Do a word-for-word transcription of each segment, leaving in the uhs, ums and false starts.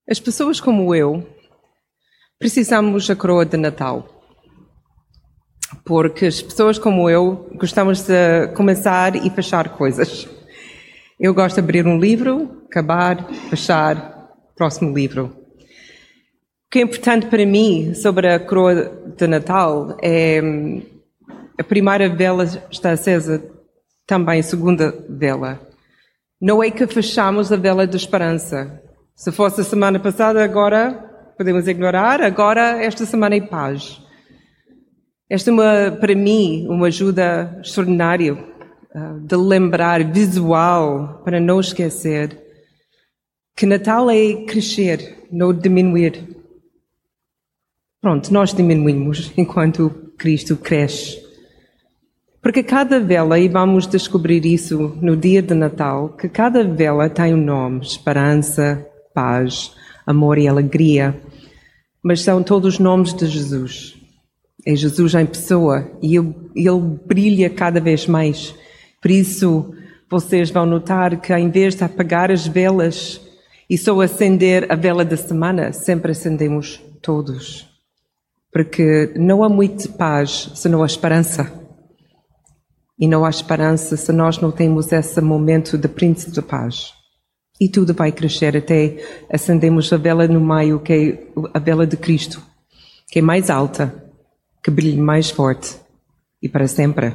As pessoas como eu precisamos da coroa de Natal. Porque as pessoas como eu gostamos de começar e fechar coisas. Eu gosto de abrir um livro, acabar, fechar, próximo livro. O que é importante para mim sobre a coroa de Natal é a primeira vela está acesa, também a segunda vela. Não é que fechamos a vela de esperança. Se fosse a semana passada, agora podemos ignorar, agora esta semana é paz. Esta é, uma, para mim, uma ajuda extraordinária uh, de lembrar, visual, para não esquecer, que Natal é crescer, não diminuir. Pronto, nós diminuímos enquanto Cristo cresce. Porque cada vela, e vamos descobrir isso no dia de Natal, que cada vela tem um nome, esperança, paz, amor e alegria, mas são todos nomes de Jesus. É Jesus em pessoa e ele, ele brilha cada vez mais. Por isso, vocês vão notar que em vez de apagar as velas e só acender a vela da semana, sempre acendemos todos. Porque não há muita paz se não há esperança. E não há esperança se nós não temos esse momento de príncipe de paz. E tudo vai crescer até acendemos a vela no meio, que é a vela de Cristo, que é mais alta, que brilhe mais forte e para sempre.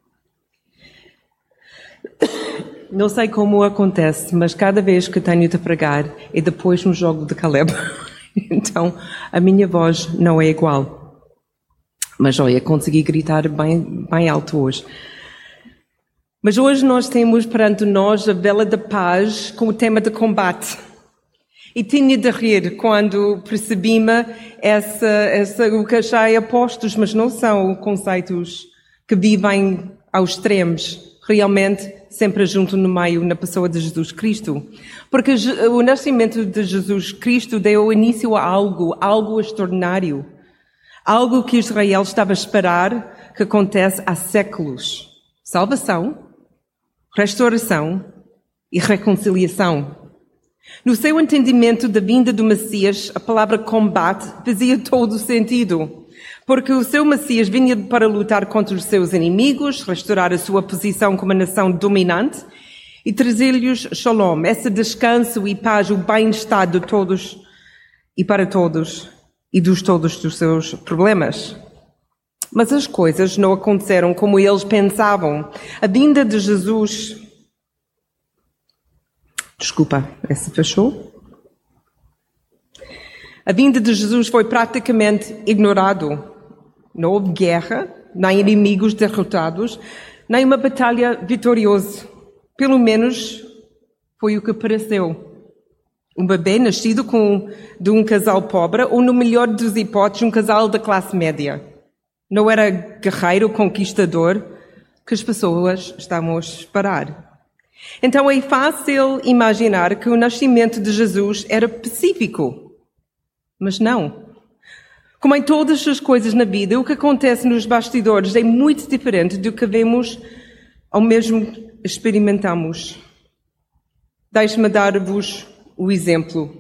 Não sei como acontece, mas cada vez que tenho de pregar é depois no jogo de Caleb. Então, a minha voz não é igual. Mas olha, consegui gritar bem, bem alto hoje. Mas hoje nós temos perante nós a vela da paz com o tema de combate. E tinha de rir quando percebi-me essa, essa, o que achei opostos, mas não são conceitos que vivem aos extremos. Realmente, sempre junto no meio, na pessoa de Jesus Cristo. Porque o nascimento de Jesus Cristo deu início a algo, algo extraordinário. Algo que Israel estava a esperar que acontece há séculos. Salvação, restauração e reconciliação. No seu entendimento da vinda do Messias, a palavra combate fazia todo o sentido, porque o seu Messias vinha para lutar contra os seus inimigos, restaurar a sua posição como nação dominante e trazer-lhes shalom, esse descanso e paz, o bem-estar de todos e para todos e dos todos dos seus problemas. Mas as coisas não aconteceram como eles pensavam. A vinda de Jesus... Desculpa, essa fechou? A vinda de Jesus foi praticamente ignorado. Não houve guerra, nem inimigos derrotados, nem uma batalha vitoriosa. Pelo menos foi o que pareceu. Um bebê nascido com, de um casal pobre, ou no melhor dos hipóteses, um casal da classe média. Não era guerreiro, conquistador, que as pessoas estavam a esperar. Então é fácil imaginar que o nascimento de Jesus era pacífico. Mas não. Como em todas as coisas na vida, o que acontece nos bastidores é muito diferente do que vemos ou mesmo experimentamos. Deixe-me dar-vos o exemplo.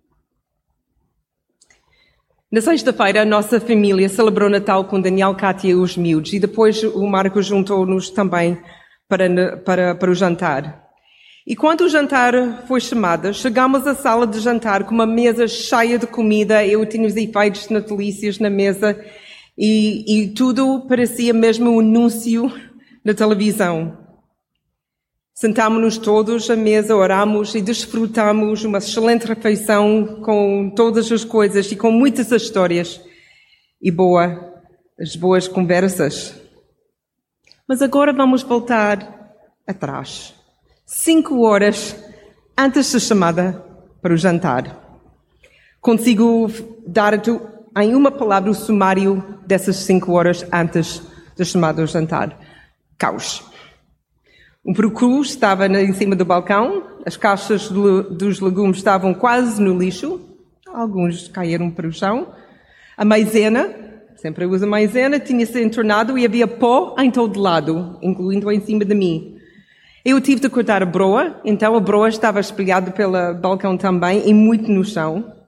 Na sexta-feira, a nossa família celebrou Natal com Daniel, Cátia e os miúdos, e depois o Marco juntou-nos também para, para, para o jantar. E quando o jantar foi chamado, chegámos à sala de jantar com uma mesa cheia de comida, eu tinha os efeitos natalícios na mesa, e, e tudo parecia mesmo um anúncio na televisão. Sentámos-nos todos à mesa, oramos e desfrutamos uma excelente refeição com todas as coisas e com muitas histórias e boa, as boas conversas. Mas agora vamos voltar atrás. Cinco horas antes da chamada para o jantar. Consigo dar-te em uma palavra o sumário dessas cinco horas antes da chamada ao jantar. Caos. Um peru estava em cima do balcão, as caixas dos legumes estavam quase no lixo, alguns caíram para o chão. A maisena, sempre eu uso a maisena, tinha-se entornado e havia pó em todo lado, incluindo em cima de mim. Eu tive de cortar a broa, então a broa estava espalhada pelo balcão também e muito no chão.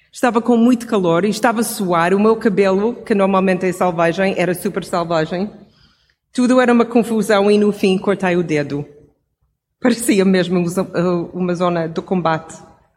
Estava com muito calor e estava a suar. O meu cabelo, que normalmente é selvagem, era super selvagem. Tudo era uma confusão e no fim cortei o dedo. Parecia mesmo uma zona de combate.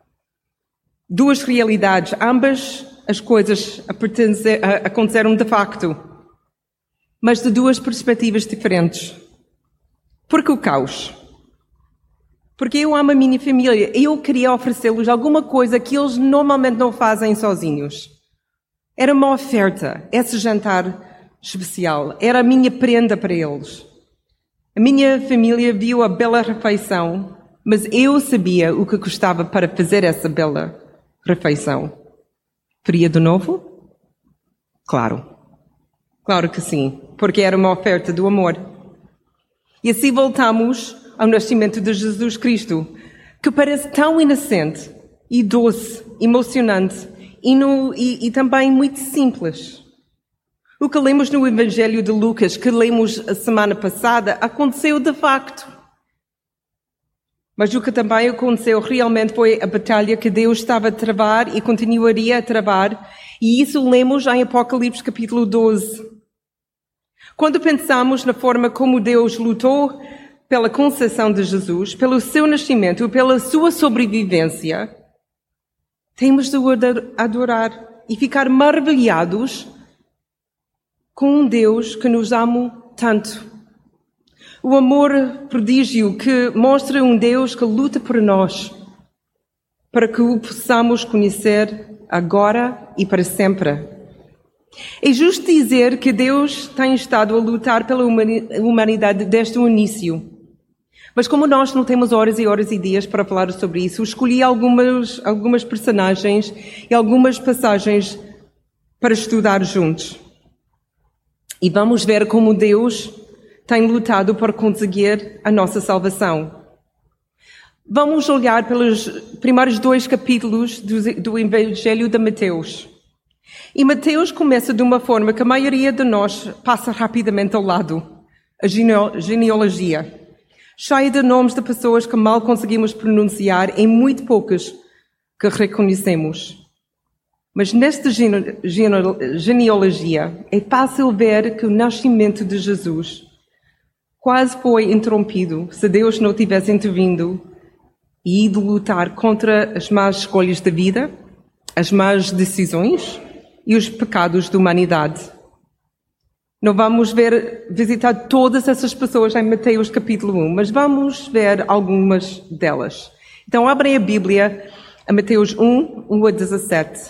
Duas realidades, ambas as coisas aconteceram de facto, mas de duas perspectivas diferentes. Por que o caos? Porque eu amo a minha família. Eu queria oferecer-lhes alguma coisa que eles normalmente não fazem sozinhos. Era uma oferta, esse jantar especial. Era a minha prenda para eles. A minha família viu a bela refeição, mas eu sabia o que custava para fazer essa bela refeição. Faria de novo? Claro. Claro que sim, porque era uma oferta do amor. E assim voltamos ao nascimento de Jesus Cristo, que parece tão inocente e doce, emocionante e, no, e, e também muito simples. O que lemos no Evangelho de Lucas, que lemos a semana passada, aconteceu de facto. Mas o que também aconteceu realmente foi a batalha que Deus estava a travar e continuaria a travar, e isso lemos em Apocalipse capítulo doze. Quando pensamos na forma como Deus lutou pela concepção de Jesus, pelo seu nascimento, pela sua sobrevivência, temos de adorar e ficar maravilhados com um Deus que nos ama tanto. O amor prodígio que mostra um Deus que luta por nós, para que o possamos conhecer agora e para sempre. É justo dizer que Deus tem estado a lutar pela humanidade desde o início. Mas como nós não temos horas e horas e dias para falar sobre isso, escolhi algumas, algumas personagens e algumas passagens para estudar juntos. E vamos ver como Deus tem lutado para conseguir a nossa salvação. Vamos olhar pelos primeiros dois capítulos do, do Evangelho de Mateus. E Mateus começa de uma forma que a maioria de nós passa rapidamente ao lado. A genealogia. Cheia de nomes de pessoas que mal conseguimos pronunciar e muito poucas que reconhecemos. Mas nesta gene, gene, genealogia é fácil ver que o nascimento de Jesus quase foi interrompido se Deus não tivesse intervindo e ido lutar contra as más escolhas da vida, as más decisões e os pecados da humanidade. Não vamos ver, visitar todas essas pessoas em Mateus capítulo um, mas vamos ver algumas delas. Então, abrem a Bíblia a Mateus um, um a dezassete.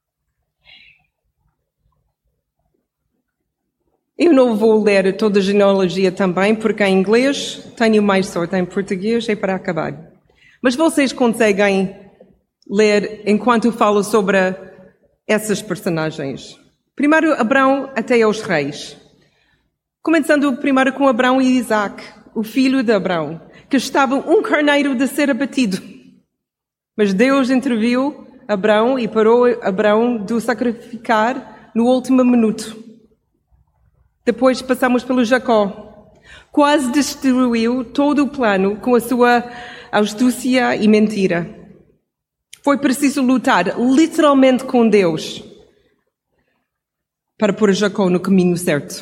Eu não vou ler toda a genealogia também, porque em inglês tenho mais sorte, em português é para acabar. Mas vocês conseguem ler enquanto falo sobre essas personagens. Primeiro, Abraão até aos reis. Começando primeiro com Abraão e Isaac, o filho de Abraão, que estava um carneiro de ser abatido. Mas Deus interviu Abraão e parou Abraão de o sacrificar no último minuto. Depois passamos pelo Jacó. Quase destruiu todo o plano com a sua astúcia e mentira. Foi preciso lutar literalmente com Deus para pôr Jacó no caminho certo.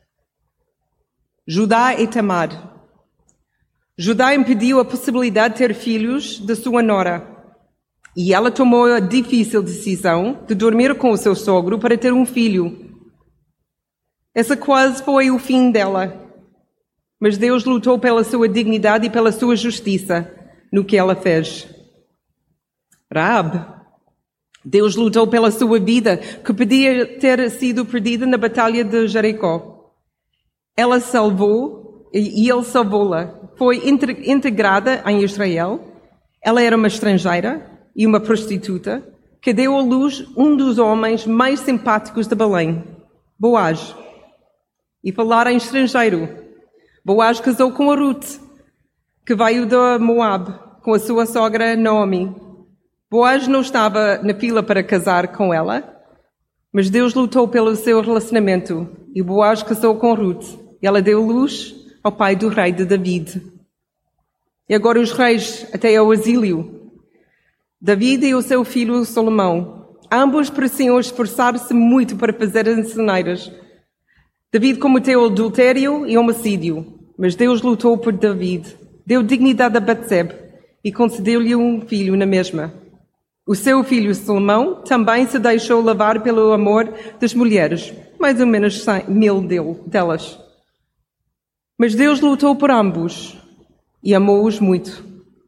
Judá e Tamar. Judá impediu a possibilidade de ter filhos de sua nora. E ela tomou a difícil decisão de dormir com o seu sogro para ter um filho. Essa quase foi o fim dela. Mas Deus lutou pela sua dignidade e pela sua justiça no que ela fez. Raab. Deus lutou pela sua vida, que podia ter sido perdida na batalha de Jericó. Ela salvou, e ele salvou-la. Foi integrada em Israel. Ela era uma estrangeira e uma prostituta que deu à luz um dos homens mais simpáticos de Belém, Boaz. E falar em estrangeiro, Boaz casou com a Ruth, que veio de Moab, com a sua sogra Naomi. Boaz não estava na fila para casar com ela, mas Deus lutou pelo seu relacionamento e Boaz casou com Ruth. E ela deu luz ao pai do rei de David. E agora os reis até ao exílio. David e o seu filho Salomão. Ambos pareciam esforçar-se muito para fazer as ceneiras. David cometeu adultério e homicídio, mas Deus lutou por David, deu dignidade a Batsebe e concedeu-lhe um filho na mesma. O seu filho Salomão também se deixou levar pelo amor das mulheres, mais ou menos cem, mil delas. Mas Deus lutou por ambos e amou-os muito.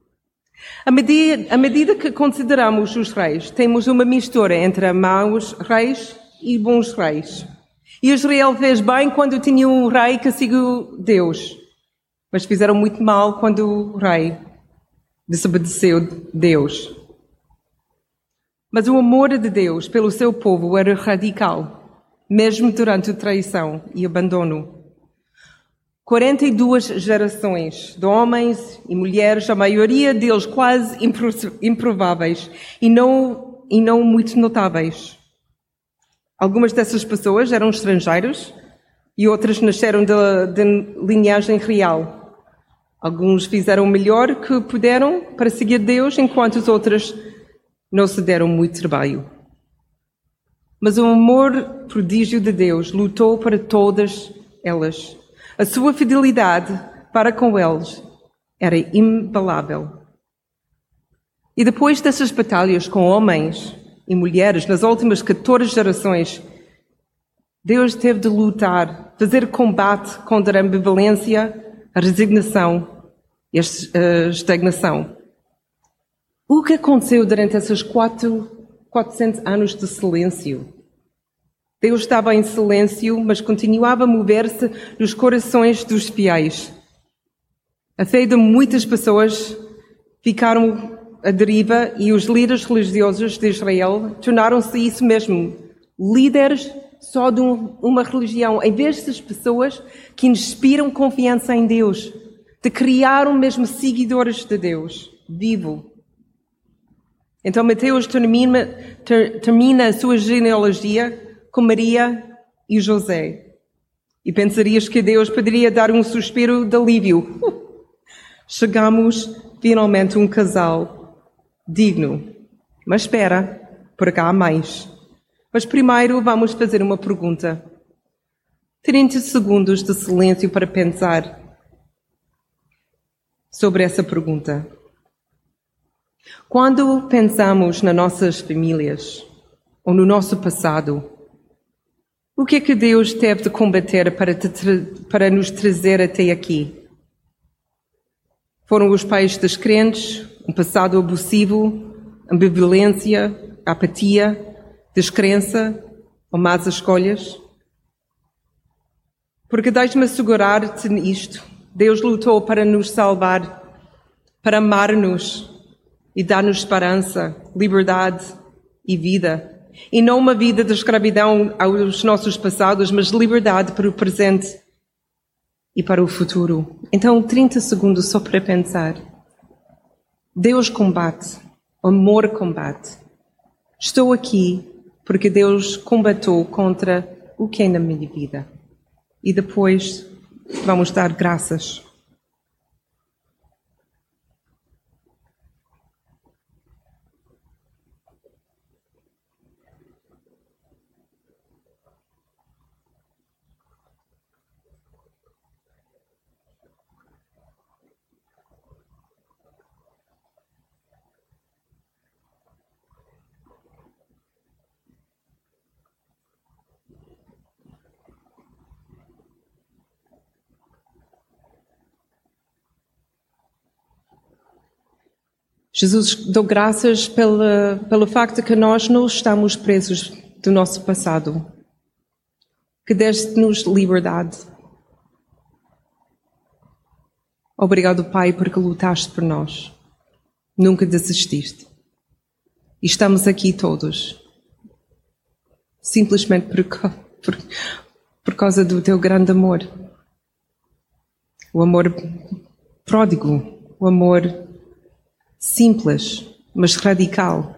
À medida, à medida que consideramos os reis, temos uma mistura entre maus reis e bons reis. E Israel fez bem quando tinha um rei que seguiu Deus, mas fizeram muito mal quando o rei desobedeceu Deus. Mas o amor de Deus pelo seu povo era radical, mesmo durante a traição e abandono. quarenta e duas gerações de homens e mulheres, a maioria deles quase improváveis e não, e não muito notáveis. Algumas dessas pessoas eram estrangeiros e outras nasceram de, de linhagem real. Alguns fizeram o melhor que puderam para seguir Deus, enquanto os outros não se deram muito trabalho. Mas o amor prodígio de Deus lutou para todas elas. A sua fidelidade para com eles era inabalável. E depois dessas batalhas com homens e mulheres nas últimas catorze gerações, Deus teve de lutar, fazer combate contra a ambivalência, a resignação e a estagnação. O que aconteceu durante esses quatro, quatrocentos anos de silêncio? Deus estava em silêncio, mas continuava a mover-se nos corações dos fiéis. A fé de muitas pessoas ficaram à deriva e os líderes religiosos de Israel tornaram-se isso mesmo, líderes só de um, uma religião, em vez das pessoas que inspiram confiança em Deus, de criar mesmo seguidores de Deus, vivo. Então Mateus termina, ter, termina a sua genealogia com Maria e José. E pensarias que Deus poderia dar um suspiro de alívio. Chegamos finalmente a um casal digno. Mas espera, porque há mais. Mas primeiro vamos fazer uma pergunta. trinta segundos de silêncio para pensar sobre essa pergunta. Quando pensamos nas nossas famílias ou no nosso passado, o que é que Deus teve de combater para, te tra- para nos trazer até aqui? Foram os pais das crentes, um passado abusivo, ambivalência, apatia, descrença ou más escolhas? Porque deixe-me assegurar-te nisto. Deus lutou para nos salvar, para amar-nos e dar-nos esperança, liberdade e vida. E não uma vida de escravidão aos nossos passados, mas liberdade para o presente e para o futuro. Então, trinta segundos só para pensar. Deus combate, o amor combate. Estou aqui porque Deus combatou contra o que é na minha vida. E depois vamos dar graças. Jesus, dou graças pela, pelo facto que nós não estamos presos do nosso passado, que deste-nos liberdade. Obrigado, Pai, porque lutaste por nós. Nunca desististe. E estamos aqui todos, simplesmente por, por, por causa do teu grande amor. O amor pródigo, o amor simples, mas radical.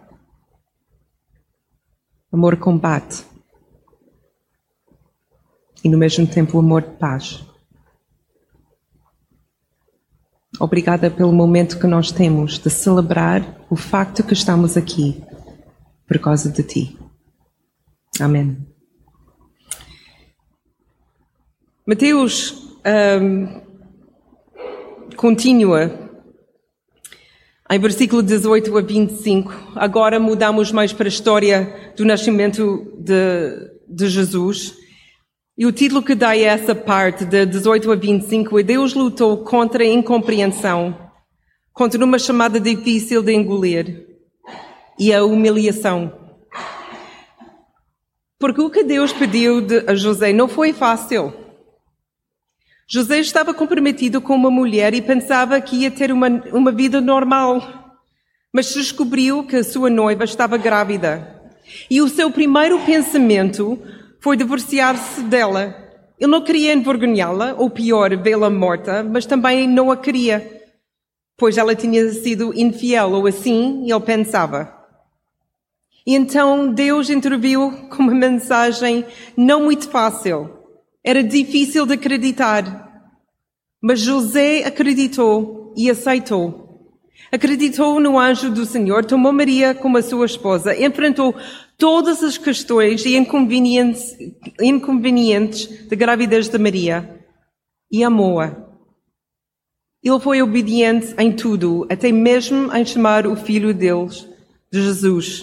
Amor combate. E no mesmo tempo o amor de paz. Obrigada pelo momento que nós temos de celebrar o facto que estamos aqui, por causa de ti. Amém. Mateus um, continua em versículo dezoito a vinte e cinco. Agora mudamos mais para a história do nascimento de, de Jesus. E o título que dá a essa parte, de dezoito a vinte e cinco, é Deus lutou contra a incompreensão, contra uma chamada difícil de engolir e a humilhação. Porque o que Deus pediu de, a José não foi fácil. José estava comprometido com uma mulher e pensava que ia ter uma, uma vida normal. Mas descobriu que a sua noiva estava grávida. E o seu primeiro pensamento foi divorciar-se dela. Ele não queria envergonhá-la, ou pior, vê-la morta, mas também não a queria, pois ela tinha sido infiel, ou assim ele pensava. E então Deus interviu com uma mensagem não muito fácil. Era difícil de acreditar, mas José acreditou e aceitou. Acreditou no anjo do Senhor, tomou Maria como a sua esposa, enfrentou todas as questões e inconvenientes, inconvenientes da gravidez de Maria e amou-a. Ele foi obediente em tudo, até mesmo em chamar o filho deles de Jesus.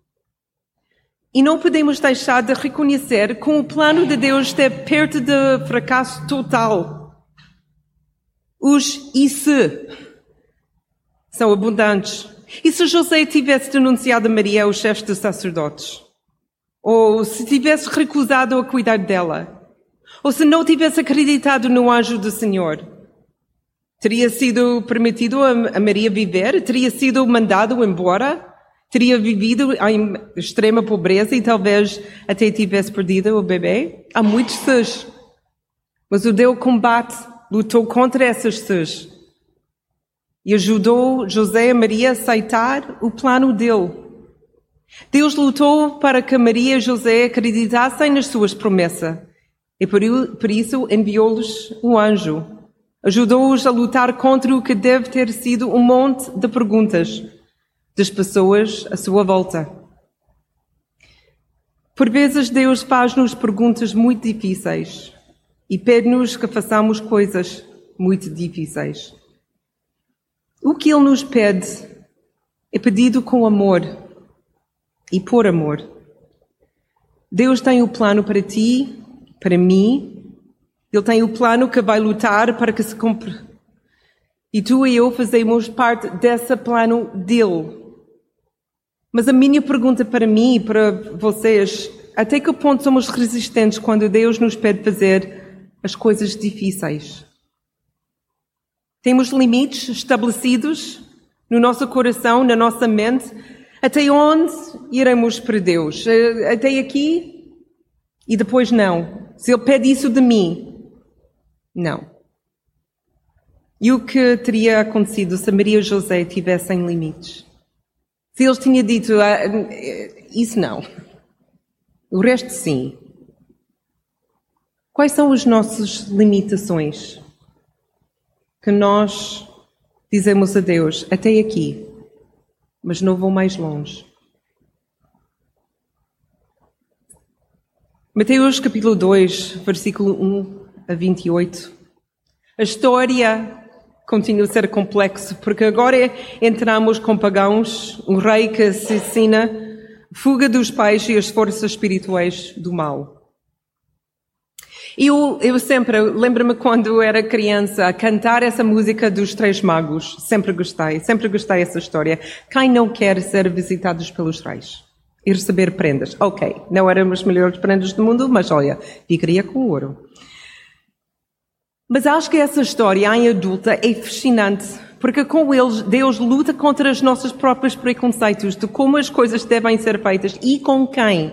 E não podemos deixar de reconhecer que o plano de Deus está perto de fracasso total. Os e se são abundantes. E se José tivesse denunciado a Maria aos chefes dos sacerdotes? Ou se tivesse recusado a cuidar dela? Ou se não tivesse acreditado no anjo do Senhor? Teria sido permitido a Maria viver? Teria sido mandado embora? Teria vivido em extrema pobreza e talvez até tivesse perdido o bebê? Há muitos ses. Mas o Deus combate, lutou contra essas ses. E ajudou José e Maria a aceitar o plano dele. Deus lutou para que Maria e José acreditassem nas suas promessas. E por isso enviou-lhes um anjo. Ajudou-os a lutar contra o que deve ter sido um monte de perguntas das pessoas à sua volta. Por vezes Deus faz-nos perguntas muito difíceis e pede-nos que façamos coisas muito difíceis. O que Ele nos pede é pedido com amor e por amor. Deus tem o plano para ti, para mim. Ele tem o plano que vai lutar para que se cumpra. E tu e eu fazemos parte desse plano dele. Mas a minha pergunta para mim e para vocês, até que ponto somos resistentes quando Deus nos pede fazer as coisas difíceis? Temos limites estabelecidos no nosso coração, na nossa mente? Até onde iremos para Deus? Até aqui e depois não. Se Ele pede isso de mim, não. E o que teria acontecido se Maria e José tivessem limites? Se eles tinham dito, ah, isso não. O resto sim. Quais são as nossas limitações? Que nós dizemos a Deus, até aqui, mas não vou mais longe. Mateus capítulo dois, versículo um a vinte e oito. A história continua a ser complexo, porque agora entramos com pagãos, um rei que assassina, fuga dos pais e as forças espirituais do mal. Eu, eu sempre, lembro-me quando era criança, a cantar essa música dos Três Magos. Sempre gostei, sempre gostei dessa história. Quem não quer ser visitados pelos reis e receber prendas? Ok, não éramos as melhores prendas do mundo, mas olha, ficaria com ouro. Mas acho que essa história em adulta é fascinante, porque com eles Deus luta contra os nossos próprios preconceitos de como as coisas devem ser feitas e com quem.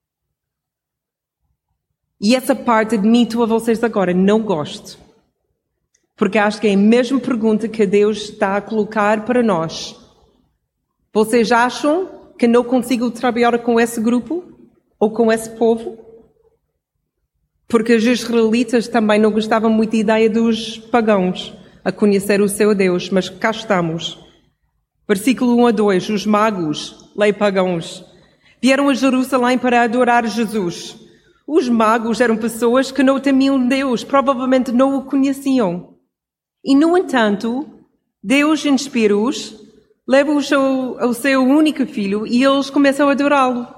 E essa parte, admito a vocês agora, não gosto. Porque acho que é a mesma pergunta que Deus está a colocar para nós. Vocês acham que não consigo trabalhar com esse grupo? Ou com esse povo? Porque os israelitas também não gostavam muito da ideia dos pagãos a conhecer o seu Deus, mas cá estamos. Versículo um a dois, os magos, lei pagãos, Vieram a Jerusalém para adorar Jesus. Os magos eram pessoas que não temiam Deus, provavelmente não o conheciam. E, no entanto, Deus inspira-os, leva-os ao, ao seu único filho e eles começam a adorá-lo.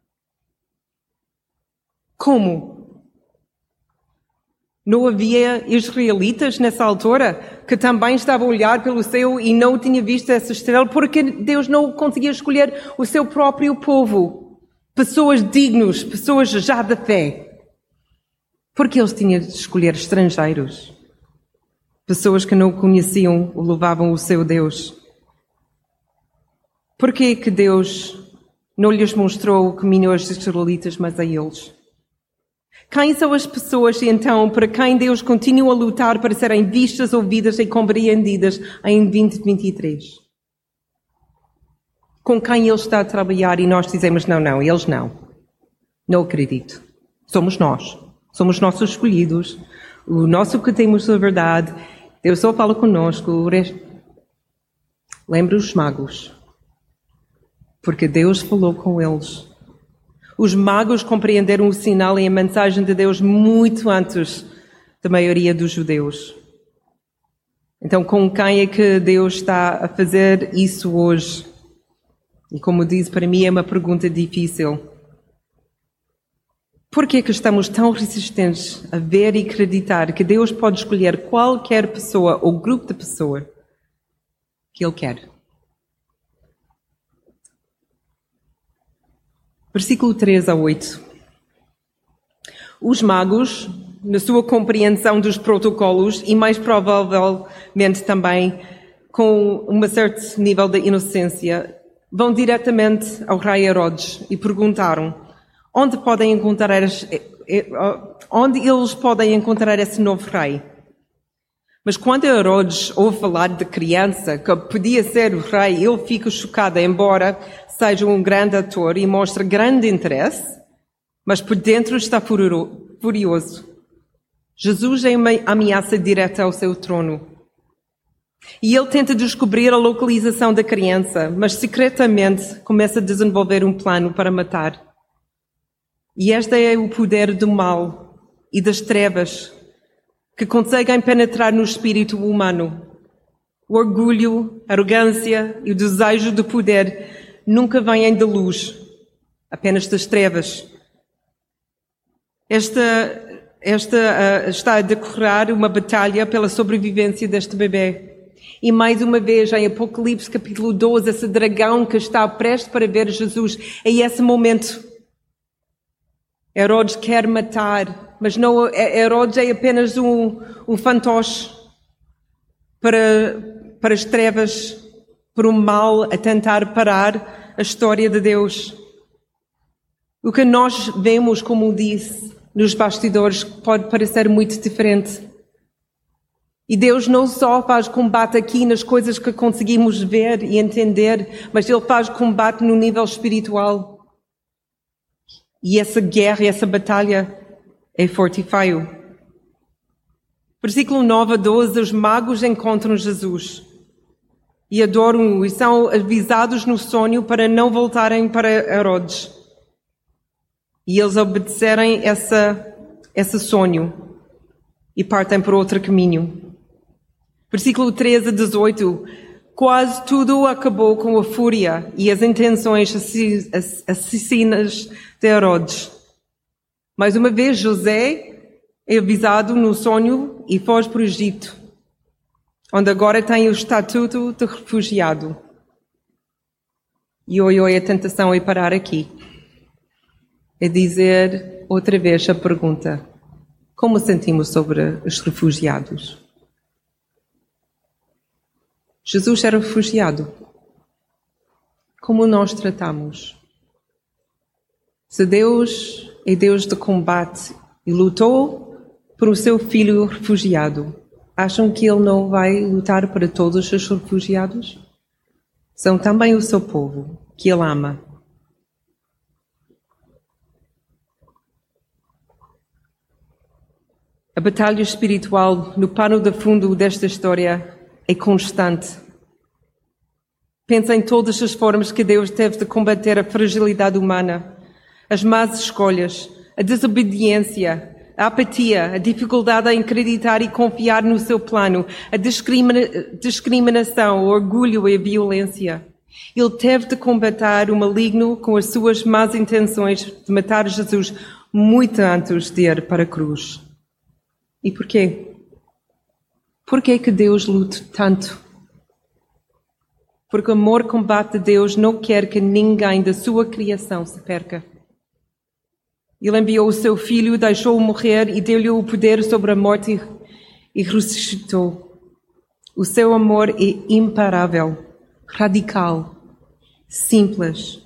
Como? Não havia israelitas nessa altura que também estavam a olhar pelo céu e não tinham visto essa estrela porque Deus não conseguia escolher o seu próprio povo, pessoas dignos, pessoas já da fé. Porque eles tinham de escolher estrangeiros, pessoas que não o conheciam ou louvavam o seu Deus. Por que que Deus não lhes mostrou o caminho aos israelitas, mas a eles? Quem são as pessoas, então, para quem Deus continua a lutar para serem vistas, ouvidas e compreendidas em vinte vinte e três? Com quem Ele está a trabalhar e nós dizemos, não, não, eles não. Não acredito. Somos nós. Somos nossos escolhidos. O nosso que temos a verdade. Deus só fala conosco. Lembra os magos. Porque Deus falou com eles. Os magos compreenderam o sinal e a mensagem de Deus muito antes da maioria dos judeus. Então, com quem é que Deus está a fazer isso hoje? E como disse, para mim é uma pergunta difícil. Por que é que estamos tão resistentes a ver e acreditar que Deus pode escolher qualquer pessoa ou grupo de pessoas que Ele quer? Versículo três a oito. Os magos, na sua compreensão dos protocolos e mais provavelmente também com um certo nível de inocência, vão diretamente ao rei Herodes e perguntaram onde podem encontrar onde eles podem encontrar esse novo rei. Mas quando Herodes ouve falar de criança que podia ser o rei, ele fica chocado, embora seja um grande ator e mostra grande interesse, mas por dentro está furioso. Jesus é uma ameaça direta ao seu trono. E ele tenta descobrir a localização da criança, mas secretamente começa a desenvolver um plano para matar. E este é o poder do mal e das trevas que conseguem penetrar no espírito humano. O orgulho, a arrogância e o desejo de poder nunca vêm da luz, apenas das trevas. Esta, esta uh, está a decorrer uma batalha pela sobrevivência deste bebê. E mais uma vez, em Apocalipse capítulo doze, esse dragão que está prestes para ver Jesus, é esse momento. Herodes quer matar, mas não, Herodes é apenas um, um fantoche para, para as trevas, para o mal a tentar parar a história de Deus. O que nós vemos, como disse, nos bastidores pode parecer muito diferente. E Deus não só faz combate aqui nas coisas que conseguimos ver e entender, mas Ele faz combate no nível espiritual. E essa guerra, essa batalha é forte e feio. Versículo nove a doze, os magos encontram Jesus e adoram-o e são avisados no sonho para não voltarem para Herodes. E eles obedecerem essa, esse sonho e partem por outro caminho. Versículo treze a dezoito, quase tudo acabou com a fúria e as intenções assassinas de Herodes. Mais uma vez, José é avisado no sonho e foge para o Egito, onde agora tem o estatuto de refugiado. E oi, oi, a tentação é parar aqui. É dizer outra vez a pergunta: como sentimos sobre os refugiados? Jesus era refugiado. Como nós tratamos? Se Deus é Deus de combate e lutou por o seu filho refugiado, acham que Ele não vai lutar para todos os refugiados? São também o seu povo, que Ele ama. A batalha espiritual no pano de fundo desta história é constante. Pensa em todas as formas que Deus teve de combater a fragilidade humana, as más escolhas, a desobediência, a apatia, a dificuldade em acreditar e confiar no seu plano, a discrimina- discriminação, o orgulho e a violência. Ele teve de combater o maligno com as suas más intenções de matar Jesus muito antes de ir para a cruz. E porquê? Porquê que Deus luta tanto? Porque o amor combate de Deus não quer que ninguém da sua criação se perca. Ele enviou o seu filho, deixou-o morrer e deu-lhe o poder sobre a morte e ressuscitou. O seu amor é imparável, radical, simples.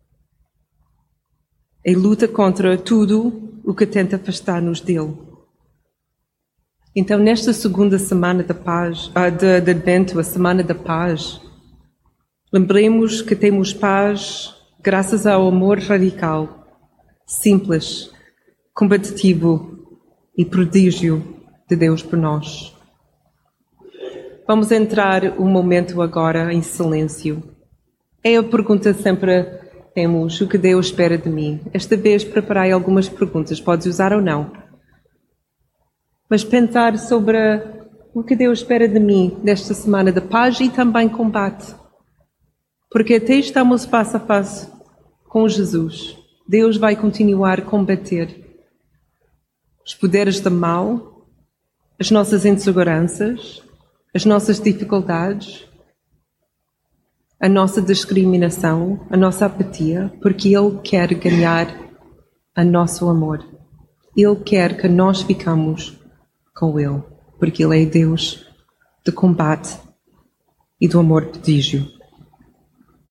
Ele luta contra tudo o que tenta afastar-nos dele. Então, nesta segunda semana da paz, de, de Advento, a semana da paz, lembremos que temos paz graças ao amor radical, simples, combativo e prodígio de Deus por nós. Vamos entrar um momento agora em silêncio. É a pergunta sempre temos, o que Deus espera de mim? Esta vez preparei algumas perguntas, podes usar ou não. Mas pensar sobre o que Deus espera de mim nesta semana de paz e também combate. Porque até estamos face a face com Jesus, Deus vai continuar a combater os poderes do mal, as nossas inseguranças, as nossas dificuldades, a nossa discriminação, a nossa apatia, porque Ele quer ganhar o nosso amor. Ele quer que nós ficamos com Ele, porque Ele é Deus de combate e do amor prodígio.